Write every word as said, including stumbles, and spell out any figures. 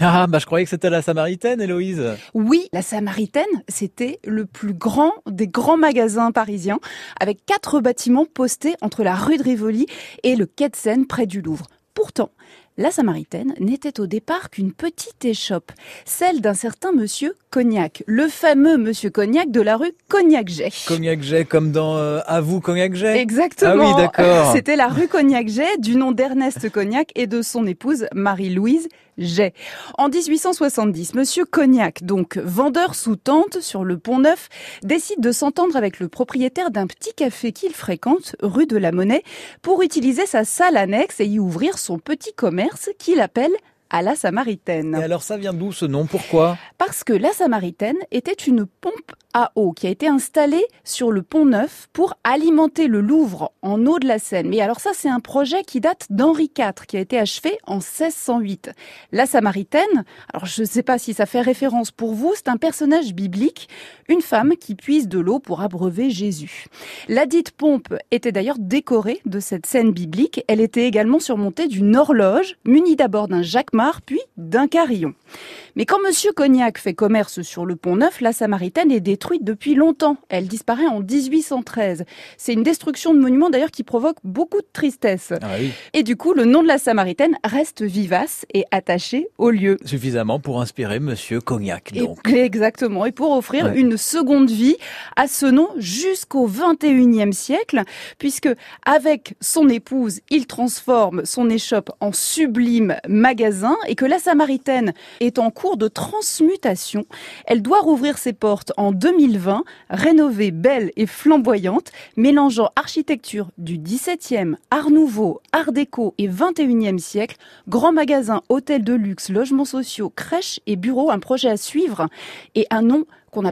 Ah, bah je croyais que c'était la Samaritaine, Héloïse. Oui, la Samaritaine, c'était le plus grand des grands magasins parisiens, avec quatre bâtiments postés entre la rue de Rivoli et le quai de Seine près du Louvre. Pourtant, la Samaritaine n'était au départ qu'une petite échoppe, celle d'un certain monsieur Cognac, le fameux monsieur Cognac de la rue Cognac-Jay. Cognac-Jay, comme dans euh, À vous, Cognac-Jay. Exactement. Ah oui, d'accord. C'était la rue Cognac-Jay, du nom d'Ernest Cognac et de son épouse Marie-Louise Jay. En dix-huit cent soixante-dix, monsieur Cognac, donc vendeur sous tente sur le Pont-Neuf, décide de s'entendre avec le propriétaire d'un petit café qu'il fréquente, rue de la Monnaie, pour utiliser sa salle annexe et y ouvrir son petit commerce qu'il appelle à la Samaritaine. Et alors ça vient d'où ce nom? Pourquoi? Parce que la Samaritaine était une pompe à eau qui a été installée sur le Pont-Neuf pour alimenter le Louvre en eau de la Seine. Mais alors ça, c'est un projet qui date d'Henri quatre, qui a été achevé en seize cent huit. La Samaritaine, alors je ne sais pas si ça fait référence pour vous, c'est un personnage biblique, une femme qui puise de l'eau pour abreuver Jésus. La dite pompe était d'ailleurs décorée de cette scène biblique. Elle était également surmontée d'une horloge, munie d'abord d'un jacquemart, puis d'un carillon. Mais quand monsieur Cognac fait commerce sur le Pont-Neuf, la Samaritaine est détruite depuis longtemps. Elle disparaît en dix-huit cent treize. C'est une destruction de monument d'ailleurs qui provoque beaucoup de tristesse. Ah oui. Et du coup, le nom de la Samaritaine reste vivace et attaché au lieu. Suffisamment pour inspirer monsieur Cognac, donc. Et, exactement. Et pour offrir Ouais. une seconde vie à ce nom jusqu'au vingt et unième siècle, puisque avec son épouse, il transforme son échoppe en sublime magasin et que la Samaritaine est en cours de transmutation. Elle doit rouvrir ses portes en deux mille vingt, rénovée, belle et flamboyante, mélangeant architecture du dix-septième, art nouveau, art déco et vingt et unième siècle, grand magasin, hôtel de luxe, logements sociaux, crèches et bureaux, un projet à suivre et un nom qu'on a